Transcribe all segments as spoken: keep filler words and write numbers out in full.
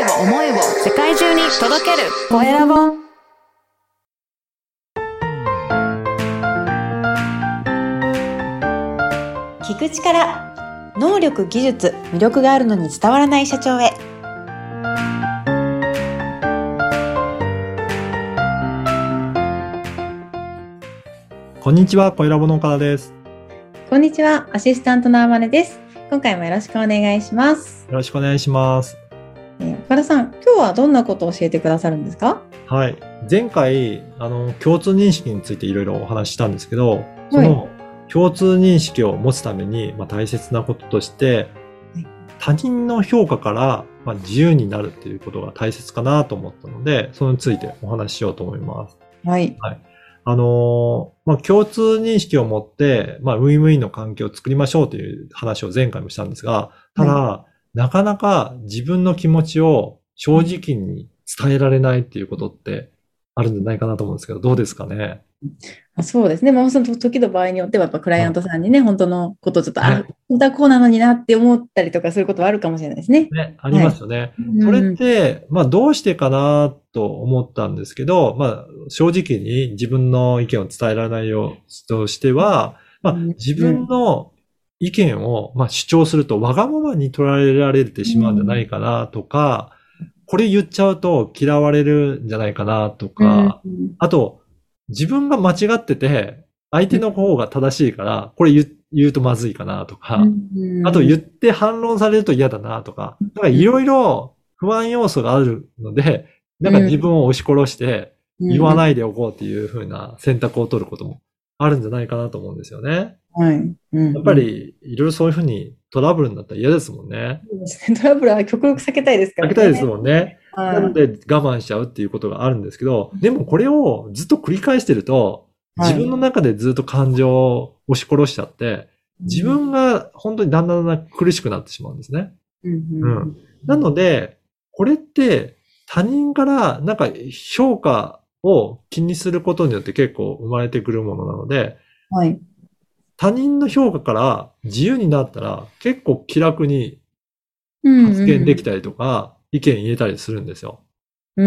を思いを世界中に届けるコエラボ。 聞く力、能力、技術、魅力があるのに伝わらない社長へ。 こんにちは、コエラボの岡田です。 こんにちは、アシスタントのあまねです。今回もよろしくお願いします。 よろしくお願いします。 えー、岡田さん、今日はどんなことを教えてくださるんですか？ はい。前回、あの、共通認識についていろいろお話ししたんですけど、その共通認識を持つために、まあ、大切なこととして、はい、他人の評価から、まあ、自由になるっていうことが大切かなと思ったので、それについてお話ししようと思います。 はい。 はい。あのー、まあ、共通認識を持って、まあ、ウィンウィンの環境を作りましょうという話を前回もしたんですが、ただ、はい、なかなか自分の気持ちを正直に伝えられないっていうことってあるんじゃないかなと思うんですけど、どうですかね。 そうですね。もうその時の場合によっては、やっぱクライアントさんにね、はい、本当のことをちょっと、 ね、 あ、本当はこうなのになって思ったりとかすることはあるかもしれないですね。 ね、ありますよね。はい、それって、まあどうしてかなと思ったんですけど、まあ正直に自分の意見を伝えられないようとしては、まあ自分の意見をまあ主張するとわがままに捉えられてしまうんじゃないかなとか、これ言っちゃうと嫌われるんじゃないかなとか、あと、自分が間違ってて、相手の方が正しいから、これ言う、言うとまずいかなとか、あと言って反論されると嫌だなとか、なんかいろいろ不安要素があるので、なんか自分を押し殺して言わないでおこうっていう風な選択を取ることもあるんじゃないかなと思うんですよね。 はい。うんうん、 やっぱりいろいろそういう風にトラブルになったら嫌ですもんね。 そうですね。トラブルは極力避けたいですからね。 避けたいですもんね。 はい、 なので我慢しちゃうっていうことがあるんですけど、でもこれをずっと繰り返してると、自分の中でずっと感情を押し殺しちゃって、自分が本当にだんだんだんだん苦しくなってしまうんですね。うん。なので、これって他人からなんか評価を気にすることによって結構生まれてくるものなので、 はい、 他人の評価から自由になったら結構気楽に発言できたりとか、意見言えたりするんですよ。 うん、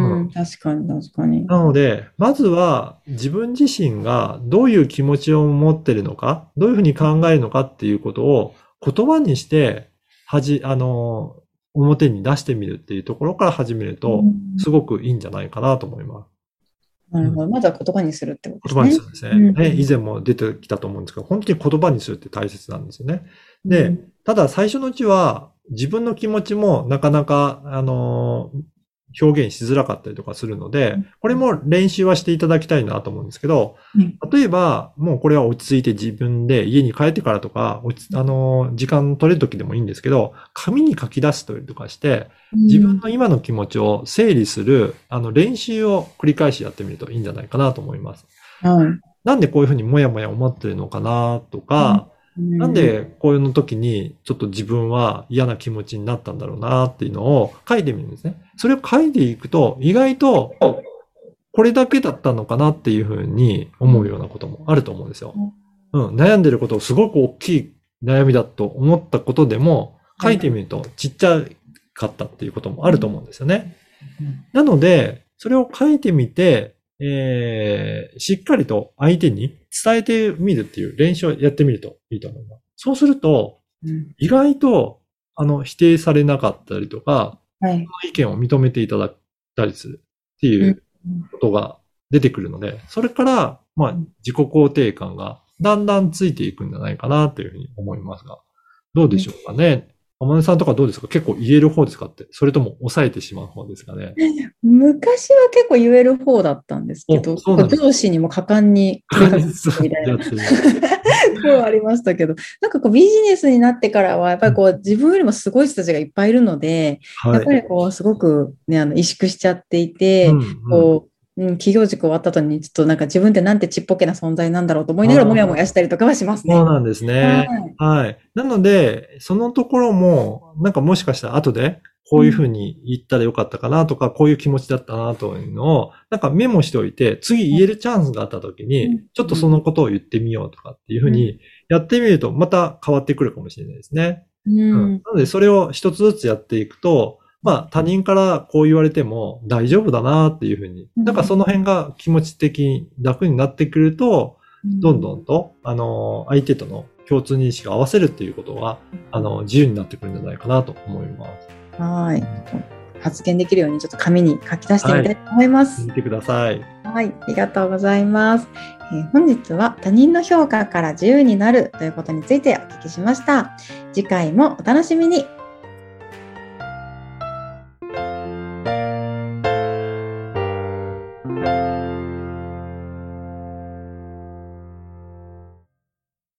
うん、確かに確かに。 なので、まずは自分自身がどういう気持ちを持っているのか、どういうふうに考えるのかっていうことを言葉にして、はじ、あの、表に出してみるっていうところから始めると、すごくいいんじゃないかなと思います。 なるほど。うん、まずは言葉にするってことですね。 言葉にするんですね。うんね、以前も出てきたと思うんですけど、本当に言葉にするって大切なんですよね。で、うん、ただ最初のうちは自分の気持ちもなかなか、あのー、表現しづらかったりとかするので、これも練習はしていただきたいなと思うんですけど、例えば、もうこれは落ち着いて自分で家に帰ってからとか、あの、時間取れる時でもいいんですけど、紙に書き出すというとかして、自分の今の気持ちを整理する、あの、練習を繰り返しやってみるといいんじゃないかなと思います。 はい。 なんでこういうふうにもやもや思ってるのかなとか、なんでこういうの時にちょっと自分は嫌な気持ちになったんだろうなっていうのを書いてみるんですね。それを書いていくと意外とこれだけだったのかなっていうふうに思うようなこともあると思うんですよ。うん、悩んでることをすごく大きい悩みだと思ったことでも書いてみるとちっちゃかったっていうこともあると思うんですよね。なので、それを書いてみて、えー、しっかりと相手に伝えてみるっていう練習をやってみるといいと思います。そうすると、うん、意外と、あの、否定されなかったりとか、はい、意見を認めていただいたりするっていうことが出てくるので、それから、まあ、自己肯定感がだんだんついていくんじゃないかなというふうに思いますが、どうでしょうかね。天音さんとかどうですか？結構言える方ですかって、それとも抑えてしまう方ですかね。 昔は結構言える方だったんですけど、上司にも果敢に声かけるみたいな声はありましたけど、なんかこうビジネスになってからはやっぱりこう自分よりもすごい人たちがいっぱいいるので、はい、やっぱりこうすごくね、あの萎縮しちゃっていて、うんうん、こううん、企業塾終わった後にちょっとなんか自分ってなんてちっぽけな存在なんだろうと思いながらもやもやしたりとかはしますね。 そうなんですね。はい。はい。なので、そのところも、なんかもしかしたら後で、こういうふうに言ったらよかったかなとか、うん、こういう気持ちだったなというのを、なんかメモしておいて、次言えるチャンスがあった時に、うん、ちょっとそのことを言ってみようとかっていうふうにやってみると、また変わってくるかもしれないですね。うん。うん、なので、それを一つずつやっていくと、 まあ他人からこう言われても大丈夫だなっていうふうに、なんかその辺が気持ち的に楽になってくると、どんどんと、あの、相手との共通認識を合わせるっていうことが、あの、自由になってくるんじゃないかなと思います。 はい。発言できるようにちょっと紙に書き出してみたいと思います。 はい、見てください。 はい。ありがとうございます。えー、本日は他人の評価から自由になるということについてお聞きしました。次回もお楽しみに。